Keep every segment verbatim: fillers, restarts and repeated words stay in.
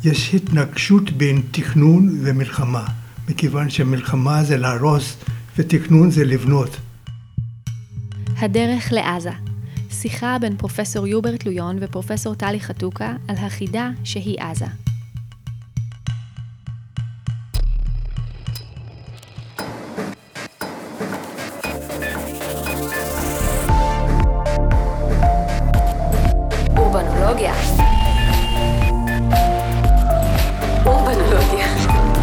יש התנגשות בין תכנון ומלחמה, מכיוון שמלחמה זה להרוס ותכנון זה לבנות. הדרך לעזה. שיחה בין פרופסור יוברט לויון ופרופסור טלי חתוקה על החידה שהיא עזה. אורבנולוגיה. אורבנולוגיה.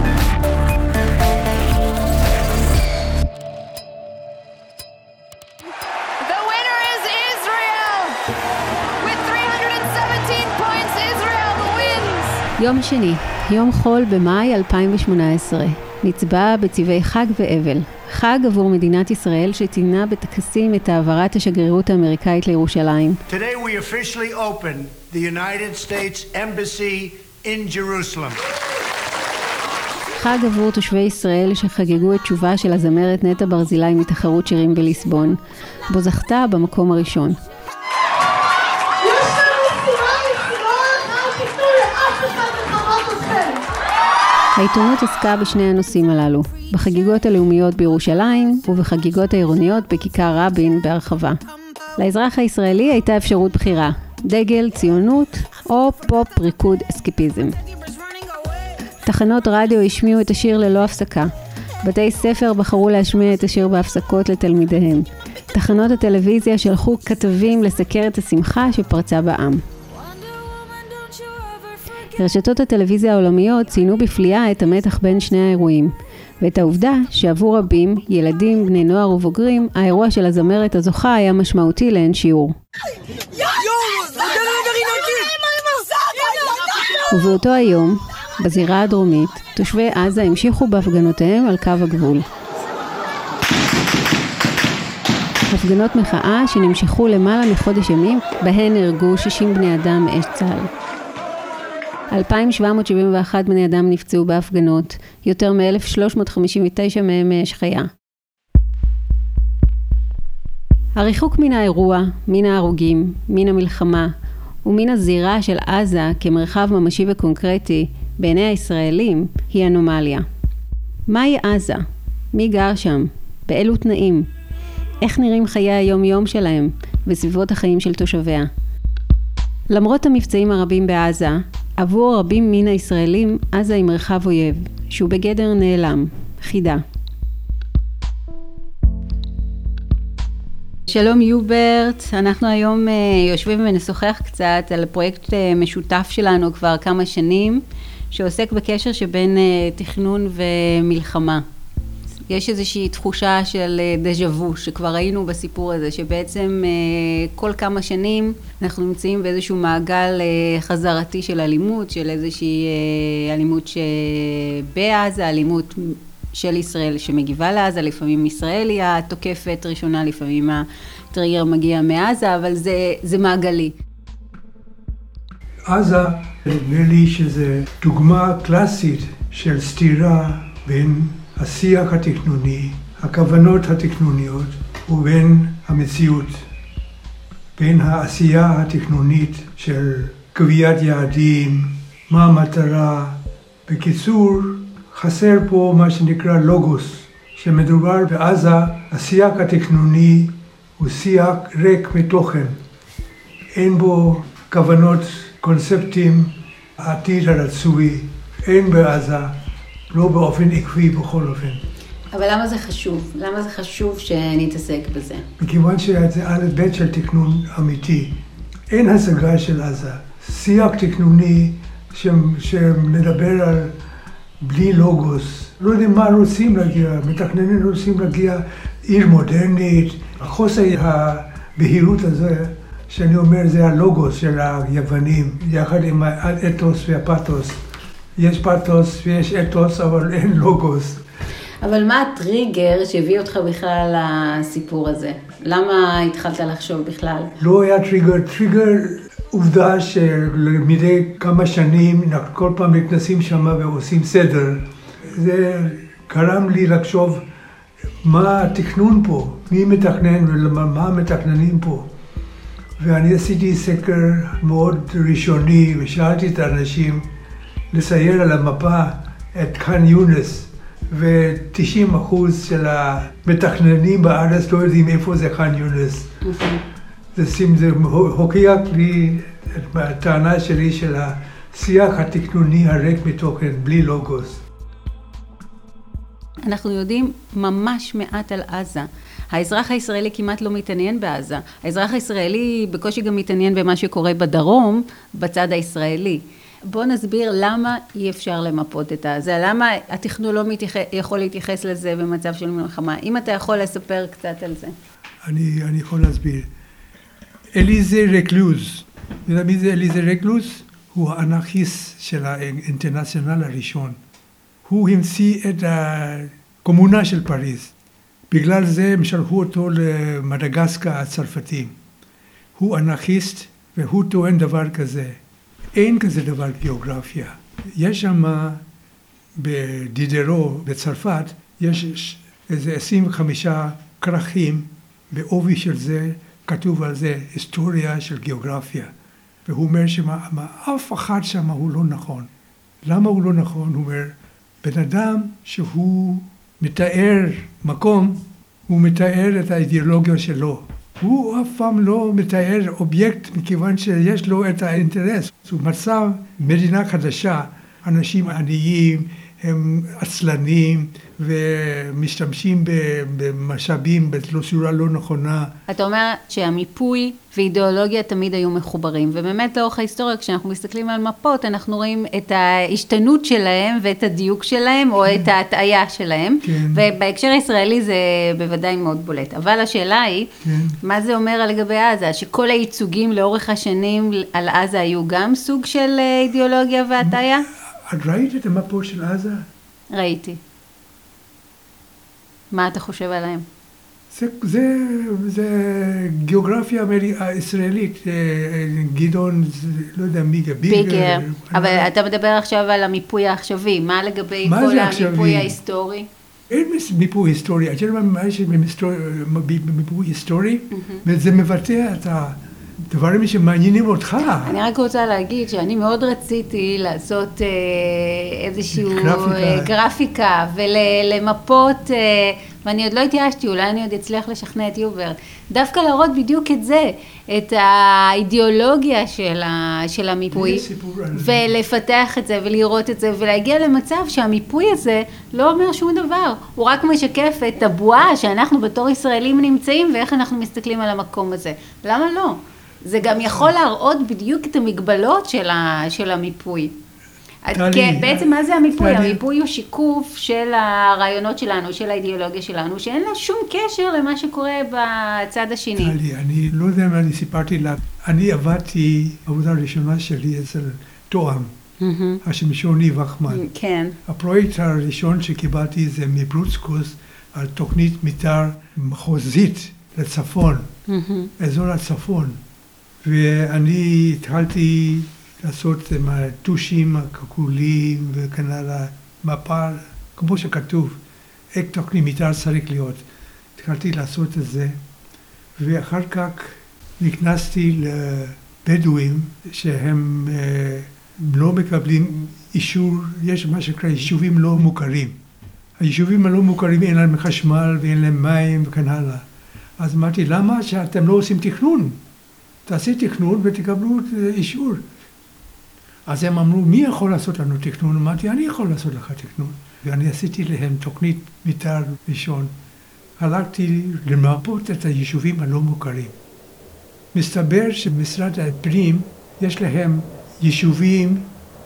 The winner is Israel! With three hundred seventeen points, Israel wins! יום שני, יום חול במאי אלפיים ושמונה עשרה. נצבע בצבעי חג ואבל. חג עבור מדינת ישראל שציינה בטקסים את העברת השגרירות האמריקאית לירושלים. Today we officially open the United States Embassy in Jerusalem. חג עבור תושבי ישראל שחגגו את תשובה של הזמרת נטע ברזילי מתחרות שירים בליסבון, בו זכתה במקום הראשון. העיתונות עסקה בשני הנושאים הללו, בחגיגות הלאומיות בירושלים ובחגיגות העירוניות בכיכר רבין בהרחבה. לאזרח הישראלי הייתה אפשרות בחירה, דגל, ציונות או פופ ריקוד אסקפיזם. תחנות רדיו השמיעו את השיר ללא הפסקה. בתי ספר בחרו להשמיע את השיר בהפסקות לתלמידיהם. תחנות הטלוויזיה שלחו כתבים לסקר את השמחה שפרצה בעם. רשתות הטלוויזיה העולמיות ציינו בפליאה את המתח בין שני האירועים, ואת העובדה שעבור רבים, ילדים, בני נוער ובוגרים, האירוע של הזמרת הזוכה היה משמעותי לאין שיעור. ובאותו היום, בזירה הדרומית, תושבי עזה המשיכו בהפגנותיהם על קו הגבול. הפגנות מחאה שנמשכו למעלה מחודש ימים, בהן נהרגו שישים בני אדם מאש צה"ל. אלפיים שבע מאות שבעים ואחת בני אדם נפצעו בהפגנות, יותר מ-אלף שלוש מאות חמישים ותשע מהם מאש חיה. הריחוק מן האירוע, מן ההרוגים, מן המלחמה, ומן הזירה של עזה כמרחב ממשי וקונקרטי בעיני הישראלים היא אנומליה. מהי עזה? מי גר שם? באילו תנאים? איך נראים חיי היום-יום שלהם וסביבות החיים של תושביה? למרות המבצעים הרבים בעזה, עבור רבים מן הישראלים עזה היא מרחב אויב, שהוא בגדר נעלם, חידה. שלום יוברט, אנחנו היום יושבים ונשוחח קצת על פרויקט משותף שלנו כבר כמה שנים, שעוסק בקשר שבין תכנון ומלחמה. יש איזושהי תחושה של דז'ה-וו שכבר ראינו בסיפור הזה, שבעצם כל כמה שנים אנחנו נמצאים באיזשהו מעגל חזרתי של אלימות, של איזושהי אלימות שבעזה, אלימות של ישראל שמגיבה לעזה, לפעמים ישראל היא התוקפת ראשונה, לפעמים הטריגר מגיע מעזה, אבל זה, זה מעגלי. עזה, נראה לי שזה דוגמה קלאסית של סתירה בין השיח התכנוני, הכוונות התכנוניות, ובין המציאות, בין העשייה התכנונית של קביעת יעדים, מה המטרה. בקיצור, חסר פה מה שנקרא לוגוס, שמדובר בעזה, השיח התכנוני הוא שיח ריק מתוכן. אין בו כוונות, קונספטים, העתיד הרצוי, אין בעזה. לא באופן עקבי בכל אופן. אבל למה זה חשוב? למה זה חשוב שנתעסק בזה? מכיוון שזה א' ב' של תכנון אמיתי. אין השגה של עזה. שיח תכנוני שמדבר על בלי לוגוס. לא יודעים מה רוצים להגיע. מתכננים רוצים להגיע עיר מודרנית. החוסר הבהירות הזה, שאני אומר, זה הלוגוס של היוונים, יחד עם האתוס והפתוס. יש פתוס ויש אתוס, אבל אין לוגוס. אבל מה הטריגר שהביא אותך בכלל לסיפור הזה? למה התחלת לחשוב בכלל? לא היה טריגר. טריגר עובדה שמדי כמה שנים כל פעם נכנסים שם ועושים סדר. זה גרם לי לחשוב מה התכנון פה, מי מתכנן ומה מתכננים פה. ואני עשיתי סקר מאוד ראשוני ושאלתי את האנשים לצייר על המפה את ח'אן יונס, ו-תשעים אחוז של המתכננים בארץ לא יודעים איפה זה ח'אן יונס. זה, זה הוקיע לי את הטענה שלי של השיח התכנוני הריק מתוכן, בלי לוגוס. אנחנו יודעים ממש מעט על עזה. האזרח הישראלי כמעט לא מתעניין בעזה. האזרח הישראלי בקושי גם מתעניין במה שקורה בדרום, בצד הישראלי. בוא נסביר למה אי אפשר למפות את עזה, למה התכנון לא מתייח... יכול להתייחס לזה במצב של מלחמה. אם אתה יכול לספר קצת על זה. אני, אני יכול להסביר. אליזה רקלוז, מי זה אליזה רקלוז? הוא האנרכיסט של האינטרנציונל הראשון. הוא המציא את הקומונה של פריז. בגלל זה הם שלחו אותו למדגסקר הצרפתים. הוא אנרכיסט והוא טוען דבר כזה. אין כזה דבר גיאוגרפיה. יש שם בדידרו בצרפת, יש איזה עשרים וחמישה כרכים, בעובי של זה כתוב על זה היסטוריה של גיאוגרפיה. והוא אומר שאף אחד שם הוא לא נכון. למה הוא לא נכון? הוא אומר, בן אדם שהוא מתאר מקום, הוא מתאר את האידיאולוגיה שלו. הוא אף פעם לא מתאר אובייקט מכיוון שיש לו את האינטרס. הוא מצב מדינה חדשה, אנשים עניים, הם עצלנים ומשתמשים במשאבים בצורה לא נכונה. אתה אומר שהמיפוי ואידיאולוגיה תמיד היו מחוברים, ובאמת לאורך ההיסטוריה כשאנחנו מסתכלים על מפות אנחנו רואים את ההשתנות שלהם ואת הדיוק שלהם או את ההטעיה שלהם, כן. ובהקשר הישראלי זה בוודאי מאוד בולט. אבל השאלה היא, כן. מה זה אומר לגבי עזה? שכל הייצוגים לאורך השנים על עזה היו גם סוג של אידיאולוגיה והטעיה? את ראית את המפות של עזה? ראיתי. מה אתה חושב עליהם? זה, זה, זה גיאוגרפיה ישראלית, גדעון, לא יודע מי, ביגר. ביגר, אבל אתה מדבר עכשיו על המיפוי העכשווי, מה לגבי כל המיפוי ההיסטורי? אין מיפוי היסטורי, את יודעת מה יש מיפוי היסטורי? וזה מבטא את ה... דברים שמעניינים אותך. אני רק רוצה להגיד שאני מאוד רציתי לעשות איזושהי גרפיקה, גרפיקה ולמפות, ואני עוד לא התייאשתי, אולי אני עוד אצליח לשכנע את יובר. דווקא להראות בדיוק את זה, את האידיאולוגיה של, ה, של המיפוי, ולפתח את זה ולראות את זה, ולהגיע למצב שהמיפוי הזה לא אומר שום דבר. הוא רק משקף את הבועה שאנחנו בתור ישראלים נמצאים, ואיך אנחנו מסתכלים על המקום הזה. למה לא? זה גם יכול להראות בדיוק את המגבלות של, ה, של המיפוי. כן, בעצם מה זה המיפוי? המיפוי הוא שיקוף של הרעיונות שלנו, של האידיאולוגיה שלנו, שאין לה שום קשר למה שקורה בצד השני. טלי, אני לא יודע מה אני סיפרתי לה. אני עבדתי, העבודה הראשונה שלי אצל תואם, השמשוני וחמן. כן. הפרויקט הראשון שקיבלתי זה מברוצקוס, על תוכנית מתאר מחוזית לצפון, אזור הצפון. ואני התחלתי לעשות עם הטושים הכחולים וכן הלאה, מפה, כמו שכתוב, איך תוכנית מתאר צריך להיות. התחלתי לעשות את זה, ואחר כך נכנסתי לבדואים שהם אה, לא מקבלים אישור, יש מה שנקרא יישובים לא מוכרים. היישובים הלא מוכרים אין להם חשמל ואין להם מים וכן הלאה. אז אמרתי, למה שאתם לא עושים תכנון? תעשי תכנון ותקבלו אישור. אז הם אמרו, מי יכול לעשות לנו תכנון? אמרתי, אני יכול לעשות לך תכנון. ואני עשיתי להם תוכנית מתאר ראשון. הלכתי למפות את היישובים הלא מוכרים. מסתבר שמשרד הפנים יש להם יישובים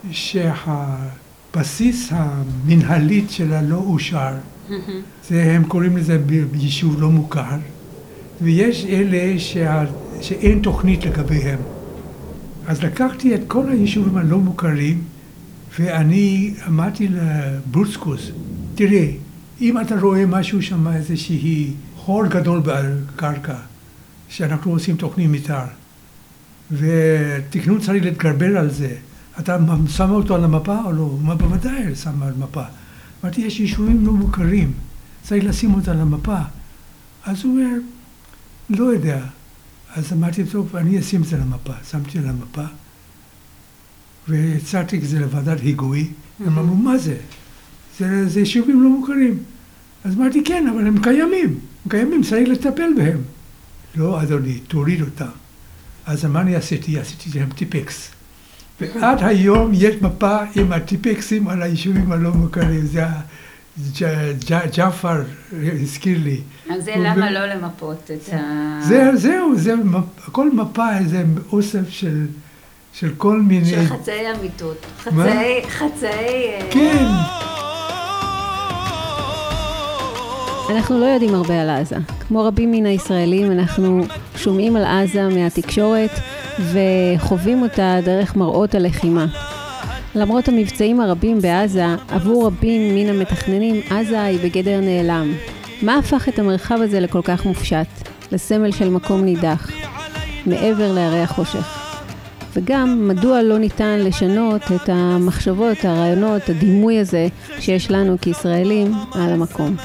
שהבסיס המנהלית שלה לא אושר. זה, הם קוראים לזה יישוב לא מוכר. ויש אלה שה, שאין תוכנית לגביהם. אז לקחתי את כל היישובים הלא מוכרים, ואני אמרתי לברוצקוס, תראה, אם אתה רואה משהו שם, איזושהי חור גדול בקרקע, שאנחנו עושים תוכנית מתאר, ותכנון צריך להתגבר על זה, אתה שם אותו על המפה או לא? מה בוודאי שם על המפה. אמרתי, יש יישובים לא מוכרים, צריך לשים אותה על המפה. אז הוא אומר, לא יודע. אז אמרתי, טוב, אני אשים את זה למפה. שמתי על המפה. והצעתי את זה לוועדת היגוי, הם אמרו, מה זה? זה, זה יישובים לא מוכרים. אז אמרתי, כן, אבל הם קיימים, הם קיימים, צריך לטפל בהם. לא, אדוני, תוריד אותם. אז מה אני עשיתי? עשיתי להם טיפקס. ועד היום יש מפה עם הטיפקסים על היישובים הלא מוכרים. זה ג'אפר הזכיר לי. אז זה למה לא למפות את ה... זהו, זהו, כל מפה זה אוסף של, של כל מיני... של חצאי אמיתות. חצאי, חצאי... כן. אנחנו לא יודעים הרבה על עזה. כמו רבים מן הישראלים, אנחנו שומעים על עזה מהתקשורת וחווים אותה דרך מראות הלחימה. למרות המבצעים הרבים בעזה, עבור רבים מן המתכננים, עזה היא בגדר נעלם. מה הפך את המרחב הזה לכל כך מופשט? לסמל של מקום נידח, מעבר להרי החושך. וגם, מדוע לא ניתן לשנות את המחשבות, הרעיונות, הדימוי הזה שיש לנו כישראלים על המקום?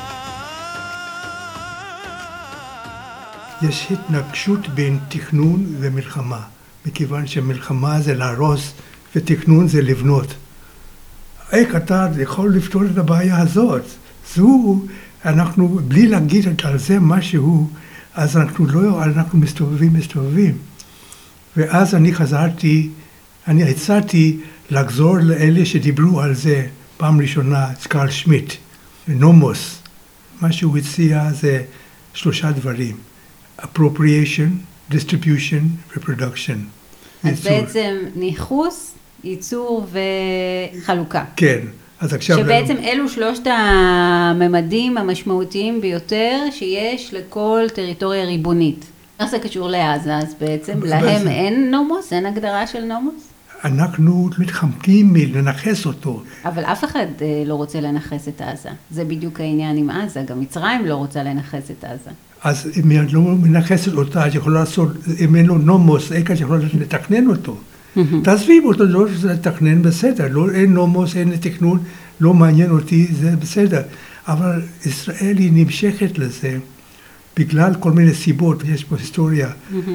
יש התנגשות בין תכנון ומלחמה, מכיוון שמלחמה זה להרוס ותכנון זה לבנות. איך אתה יכול לפתור את הבעיה הזאת? זו, אנחנו, בלי להגיד על זה משהו, אז אנחנו לא, אנחנו מסתובבים, מסתובבים. ואז אני חזרתי, אני הצעתי לחזור לאלה שדיברו על זה פעם ראשונה, קרל שמיט, נומוס. מה שהוא הציע זה שלושה דברים. appropriation, distribution, reproduction. אז בעצם ניחוס, ייצור וחלוקה. כן, אז עכשיו... שבעצם אלו שלושת הממדים המשמעותיים ביותר שיש לכל טריטוריה ריבונית. איך זה קשור לעזה, אז בעצם להם אין נומוס? אין הגדרה של נומוס? אנחנו מתחמקים מלנחס אותו. אבל אף אחד לא רוצה לנחס את עזה. זה בדיוק העניין עם עזה. גם מצרים לא רוצה לנחס את עזה. אז אם היא לא מנחסת אותה, אז יכולה לעשות, אם אין לו נומוס, איך את יכולה לתכנן אותו? תעזבים אותו, לא לתכנן, בסדר. לא, אין נומוס, אין תכנון, לא מעניין אותי, זה בסדר. אבל ישראל היא נמשכת לזה, בגלל כל מיני סיבות. יש פה היסטוריה,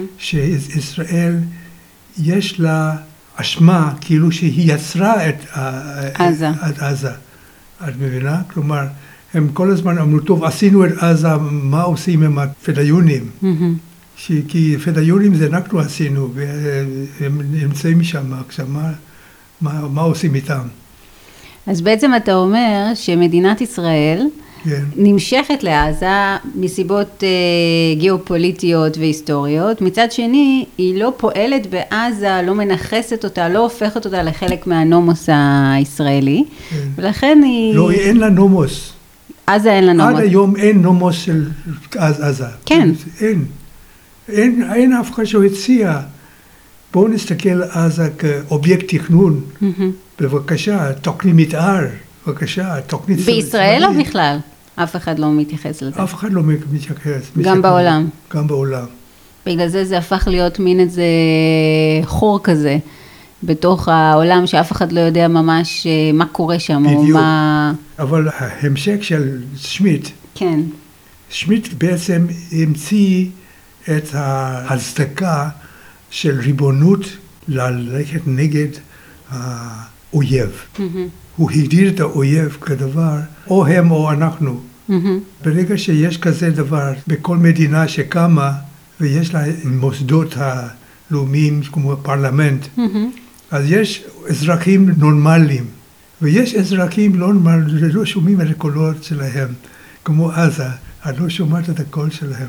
שישראל יש לה אשמה, כאילו שהיא יצרה את עזה. את עזה. את מבינה? כלומר, הם כל הזמן אמרו, טוב, עשינו את עזה, מה עושים עם הפדאיונים? Mm-hmm. כי פדאיונים זה אנחנו עשינו, והם נמצאים שם, עכשיו, מה, מה, מה עושים איתם? אז בעצם אתה אומר שמדינת ישראל כן. נמשכת לעזה מסיבות uh, גיאופוליטיות והיסטוריות, מצד שני היא לא פועלת בעזה, לא מנחסת אותה, לא הופכת אותה לחלק מהנומוס הישראלי, כן. ולכן היא... לא, אין לה נומוס. עזה אין לה נומוס. עד היום אין נומוס של עזה. כן. אין. אין, אין אף אחד שהציע. בואו נסתכל על עזה כאובייקט תכנון. Mm-hmm. בבקשה, תוכנית מתאר. בבקשה, תוכנית... בישראל או בכלל? אף אחד לא מתייחס לזה. אף אחד לא מתייחס. גם בעולם. גם בעולם. בגלל זה זה הפך להיות מין איזה חור כזה, בתוך העולם שאף אחד לא יודע ממש מה קורה שם. בדיוק. או מה... אבל ההמשך של שמיט, כן. שמיט בעצם המציא את ההצדקה של ריבונות ללכת נגד האויב. Mm-hmm. הוא הגדיר את האויב כדבר, או הם או אנחנו. Mm-hmm. ברגע שיש כזה דבר בכל מדינה שקמה, ויש לה מוסדות הלאומיים כמו הפרלמנט, mm-hmm. אז יש אזרחים נורמליים, ויש אזרחים לא נורמליים, לא שומעים את הקולות שלהם, כמו עזה, את לא שומעת את הקול שלהם.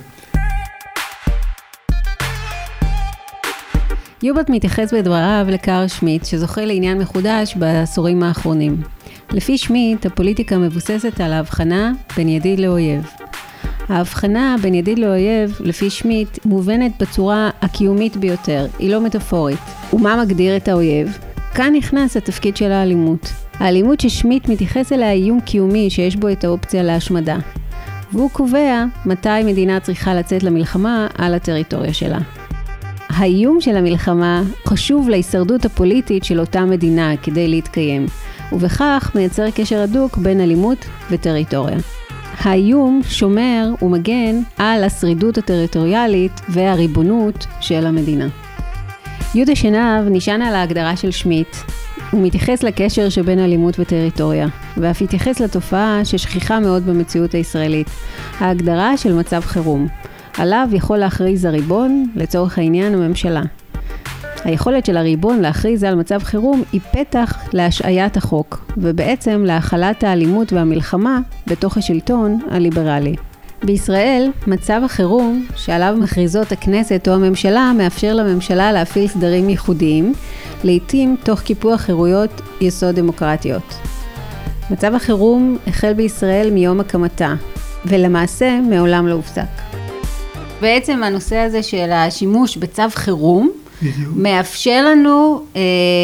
יוברט מתייחס בדבריו לקרל שמיט, שזוכה לעניין מחודש בעשורים האחרונים. לפי שמיט, הפוליטיקה מבוססת על ההבחנה בין ידיד לאויב. ההבחנה בין ידיד לאויב, לפי שמיט, מובנת בצורה הקיומית ביותר, היא לא מטאפורית. ומה מגדיר את האויב? כאן נכנס התפקיד של האלימות. האלימות ששמיט מתייחס אליה איום קיומי שיש בו את האופציה להשמדה. והוא קובע מתי מדינה צריכה לצאת למלחמה על הטריטוריה שלה. האיום של המלחמה חשוב להישרדות הפוליטית של אותה מדינה כדי להתקיים, ובכך מייצר קשר הדוק בין אלימות וטריטוריה. האיום שומר ומגן על השרידות הטריטוריאלית והריבונות של המדינה. יהודה שנהב נשען על ההגדרה של שמיט. הוא מתייחס לקשר שבין אלימות וטריטוריה, ואף התייחס לתופעה ששכיחה מאוד במציאות הישראלית, ההגדרה של מצב חירום. עליו יכול להכריז הריבון, לצורך העניין הממשלה. היכולת של הריבון להכריז על מצב חירום היא פתח להשעיית החוק, ובעצם להחלת האלימות והמלחמה בתוך השלטון הליברלי. בישראל, מצב החירום שעליו מכריזות הכנסת או הממשלה מאפשר לממשלה להפעיל סדרים ייחודיים, לעתים תוך קיפוח חירויות יסוד דמוקרטיות. מצב החירום החל בישראל מיום הקמתה, ולמעשה מעולם לא הופסק. בעצם הנושא הזה של השימוש בצו חירום, בדיוק. מאפשר לנו אה,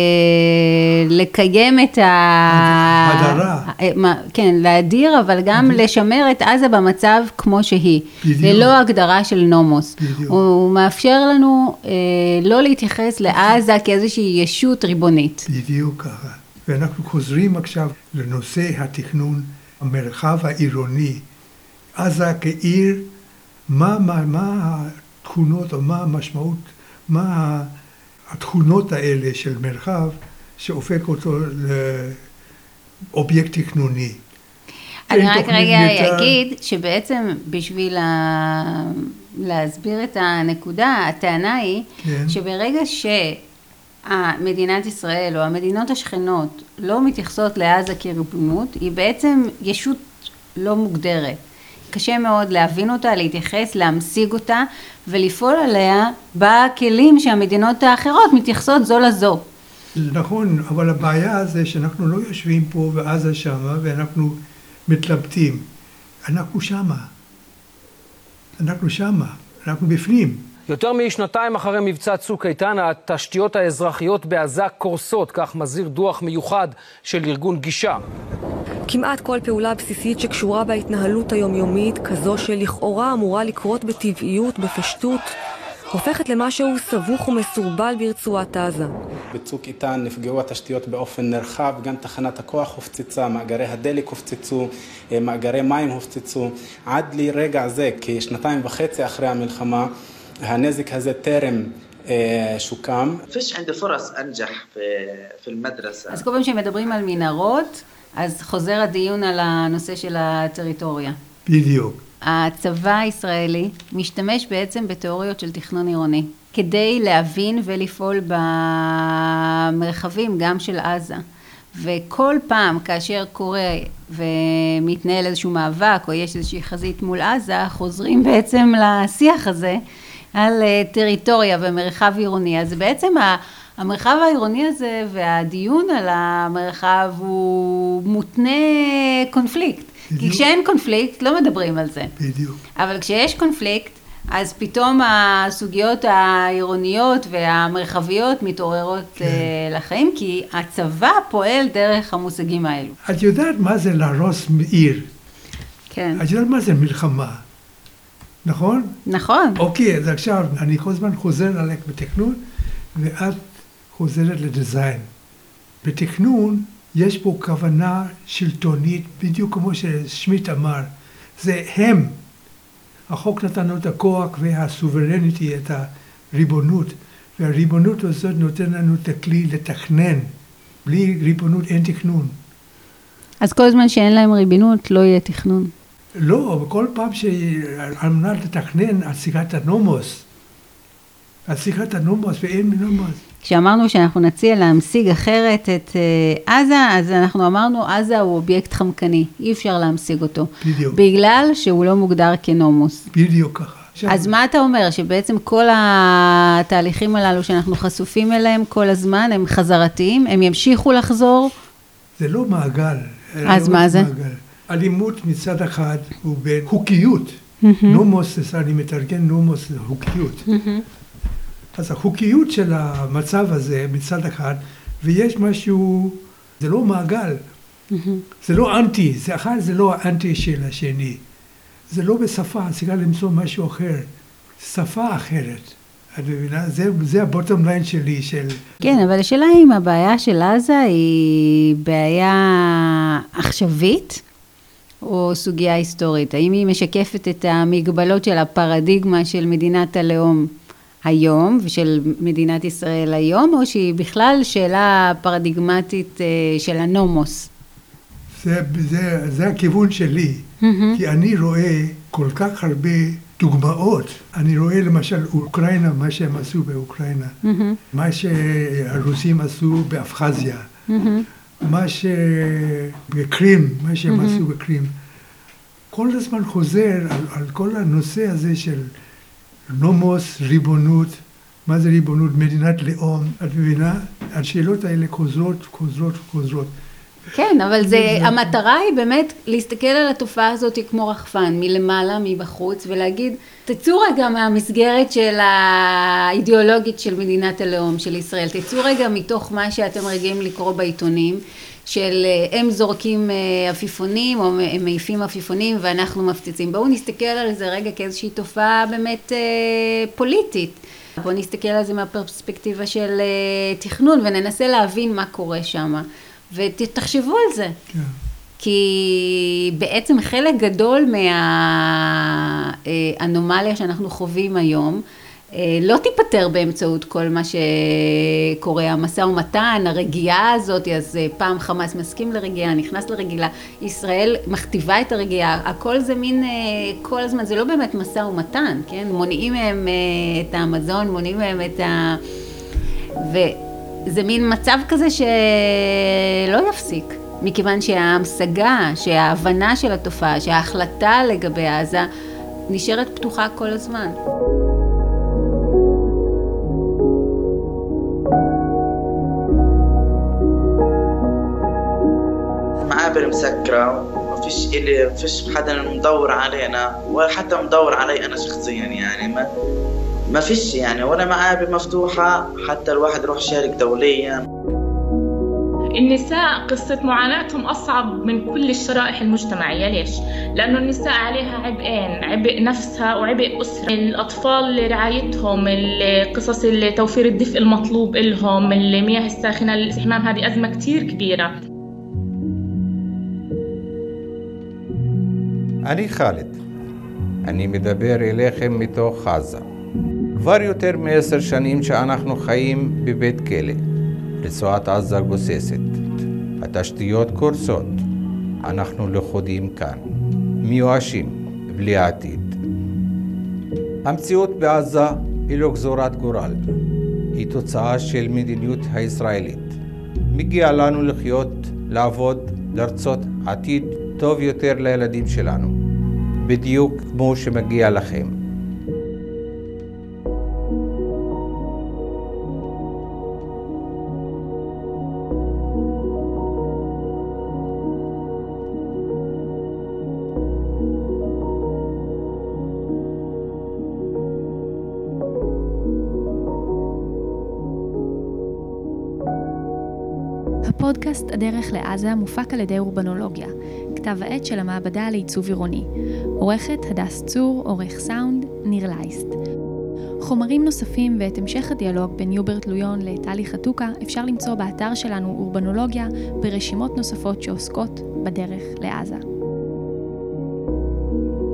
לקיים את ה... הדרה. אה, כן, להדיר, אבל גם בדיוק. לשמר את עזה במצב כמו שהיא. בדיוק. ללא הגדרה של נומוס. בדיוק. הוא מאפשר לנו אה, לא להתייחס לעזה כאיזושהי ישות ריבונית. בדיוק ככה. ואנחנו חוזרים עכשיו לנושא התכנון, המרחב העירוני. עזה כעיר, מה, מה, מה התכונות או מה המשמעות, מה התכונות האלה של מרחב שהופך אותו לאובייקט תכנוני. אני רק רגע אגיד שבעצם בשביל להסביר את הנקודה, הטענה היא שברגע שמדינת ישראל או המדינות השכנות לא מתייחסות לעזה כריבונות, היא בעצם ישות לא מוגדרת. קשה מאוד להבין אותה, להתייחס, להמשיג אותה ולפעול עליה בכלים שהמדינות האחרות מתייחסות זו לזו. נכון, אבל הבעיה זה שאנחנו לא יושבים פה ועזה שמה ואנחנו מתלבטים. אנחנו שמה. אנחנו שמה. אנחנו בפנים. יותר משנתיים אחרי מבצע צוק איתן, התשתיות האזרחיות בעזה קורסות, כך מזהיר דוח מיוחד של ארגון גישה. כמעט כל פעולה בסיסית שקשורה בהתנהלות היומיומית, כזו שלכאורה אמורה לקרות בטבעיות, בפשטות, הופכת למשהו סבוך ומסורבל ברצועת עזה. בצוק איתן נפגעו התשתיות באופן נרחב, גם תחנת הכוח הופצצה, מאגרי הדלק הופצצו, מאגרי מים הופצצו. עד לרגע זה, כשנתיים וחצי אחרי המלחמה, הנזק הזה טרם שוקם. فيش عندي فرص أنجح في المدرسة. אז כל פעם שמדברים על מנהרות, אז חוזר הדיון על הנושא של הטריטוריה. בדיוק. הצבא הישראלי משתמש בעצם בתיאוריות של תכנון עירוני, כדי להבין ולפעול במרחבים גם של עזה. וכל פעם כאשר קורה ומתנהל איזשהו מאבק או יש איזושהי חזית מול עזה, חוזרים בעצם לשיח הזה על טריטוריה ומרחב עירוני. אז בעצם המרחב העירוני הזה והדיון על המרחב הוא מותנה קונפליקט. בדיוק. כי כשאין קונפליקט לא מדברים על זה. בדיוק. אבל כשיש קונפליקט, אז פתאום הסוגיות העירוניות והמרחביות מתעוררות כן. לחיים, כי הצבא פועל דרך המושגים האלו. את יודעת מה זה להרוס עיר? כן. את יודעת מה זה מלחמה? נכון? נכון. אוקיי, אז עכשיו אני כל הזמן חוזר עליך בתכנון, ואת חוזרת לדיזיין. בתכנון יש פה כוונה שלטונית, בדיוק כמו ששמיט אמר. זה הם. החוק נתן לו את הכוח והסוברניטי, את הריבונות, והריבונות הזאת נותן לנו את הכלי לתכנן. בלי ריבונות אין תכנון. אז כל זמן שאין להם ריבונות לא יהיה תכנון. לא, אבל כל פעם שעל מנת לתכנן על שיחת הנומוס, על שיחת הנומוס ואין נומוס. כשאמרנו שאנחנו נציע להמשיג אחרת את עזה, אז אנחנו אמרנו עזה הוא אובייקט חמקני, אי אפשר להמשיג אותו. בדיוק. בגלל שהוא לא מוגדר כנומוס. בדיוק ככה. אז מה אתה אומר? שבעצם כל התהליכים הללו שאנחנו חשופים אליהם כל הזמן, הם חזרתיים, הם ימשיכו לחזור? זה לא מעגל. אז מה זה? מעגל. אלימות מצד אחד הוא בין חוקיות. נומוס, אני מתרגם נומוס לחוקיות. אז החוקיות של המצב הזה מצד אחד, ויש משהו, זה לא מעגל. זה לא אנטי, זה אחד זה לא האנטי של השני. זה לא בשפה, צריכה למצוא משהו אחר. שפה אחרת. את מבינה? זה, זה הבוטום ליין שלי של... כן, אבל השאלה אם הבעיה של עזה היא בעיה עכשווית, או סוגיה היסטורית? האם היא משקפת את המגבלות של הפרדיגמה של מדינת הלאום היום ושל מדינת ישראל היום, או שהיא בכלל שאלה פרדיגמטית של הנומוס? זה, זה, זה הכיוון שלי, mm-hmm. כי אני רואה כל כך הרבה דוגמאות. אני רואה למשל אוקראינה, מה שהם עשו באוקראינה, mm-hmm. מה שהרוסים עשו באבחזיה, mm-hmm. מה שבקרים, מה שהם mm-hmm. עשו בקרים. כל הזמן חוזר על, על כל הנושא הזה של נומוס, ריבונות, מה זה ריבונות, מדינת לאום, את מבינה? השאלות האלה חוזרות, חוזרות, חוזרות. כן, אבל זה, המטרה היא באמת להסתכל על התופעה הזאת כמו רחפן, מלמעלה, מבחוץ, ולהגיד, תצאו רגע מהמסגרת של האידיאולוגית של מדינת הלאום של ישראל, תצאו רגע מתוך מה שאתם רגילים לקרוא בעיתונים, של הם זורקים עפיפונים או הם מעיפים עפיפונים ואנחנו מפציצים. בואו נסתכל על זה רגע כאיזושהי תופעה באמת פוליטית. בואו נסתכל על זה מהפרספקטיבה של תכנון וננסה להבין מה קורה שם. ותחשבו על זה. כן. כי בעצם חלק גדול מהאנומליה שאנחנו חווים היום, לא תיפטר באמצעות כל מה שקורה, המשא ומתן, הרגיעה הזאת, אז פעם חמאס מסכים לרגיעה, נכנס לרגילה, ישראל מכתיבה את הרגיעה, הכל זה מין, כל הזמן, זה לא באמת משא ומתן, כן? מונעים מהם את המזון, מונעים מהם את ה... וזה מין מצב כזה שלא יפסיק, מכיוון שההמשגה, שההבנה של התופעה, שההחלטה לגבי עזה, נשארת פתוחה כל הזמן. معابر مسكرة وما فيش إلي ما فيش حدا مدور علينا ولا حتى مدور علي أنا شخصيا يعني ما ما فيش يعني ولا معابر مفتوحة حتى الواحد يروح يشارك دوليا. النساء قصة معاناتهم أصعب من كل الشرائح المجتمعية. ليش؟ لأنه النساء عليها عبئين، عبء نفسها وعبء أسرة. الأطفال رعايتهم، قصص توفير الدفء المطلوب لهم، المياه الساخنة للاستحمام، هذه أزمة كتير كبيرة. אני חאלד, אני מדבר אליכם מתוך עזה. כבר יותר מעשר שנים שאנחנו חיים בבית כלא. רצועת עזה גוססת, התשתיות קורסות, אנחנו לכודים כאן, מיואשים, בלי עתיד. המציאות בעזה היא לא גזורת גורל, היא תוצאה של מדיניות הישראלית. מגיע לנו לחיות, לעבוד, לרצות עתיד טוב יותר לילדים שלנו, בדיוק כמו שמגיע לכם. הפודקאסט הדרך לעזה מופק על ידי אורבנולוגיה, כתב העת של המעבדה לעיצוב עירוני. עורכת הדס צור, עורך סאונד, ניר לייסט. חומרים נוספים ואת המשך הדיאלוג בין יוברט לויון לטלי חתוקה אפשר למצוא באתר שלנו אורבנולוגיה ברשימות נוספות שעוסקות בדרך לעזה.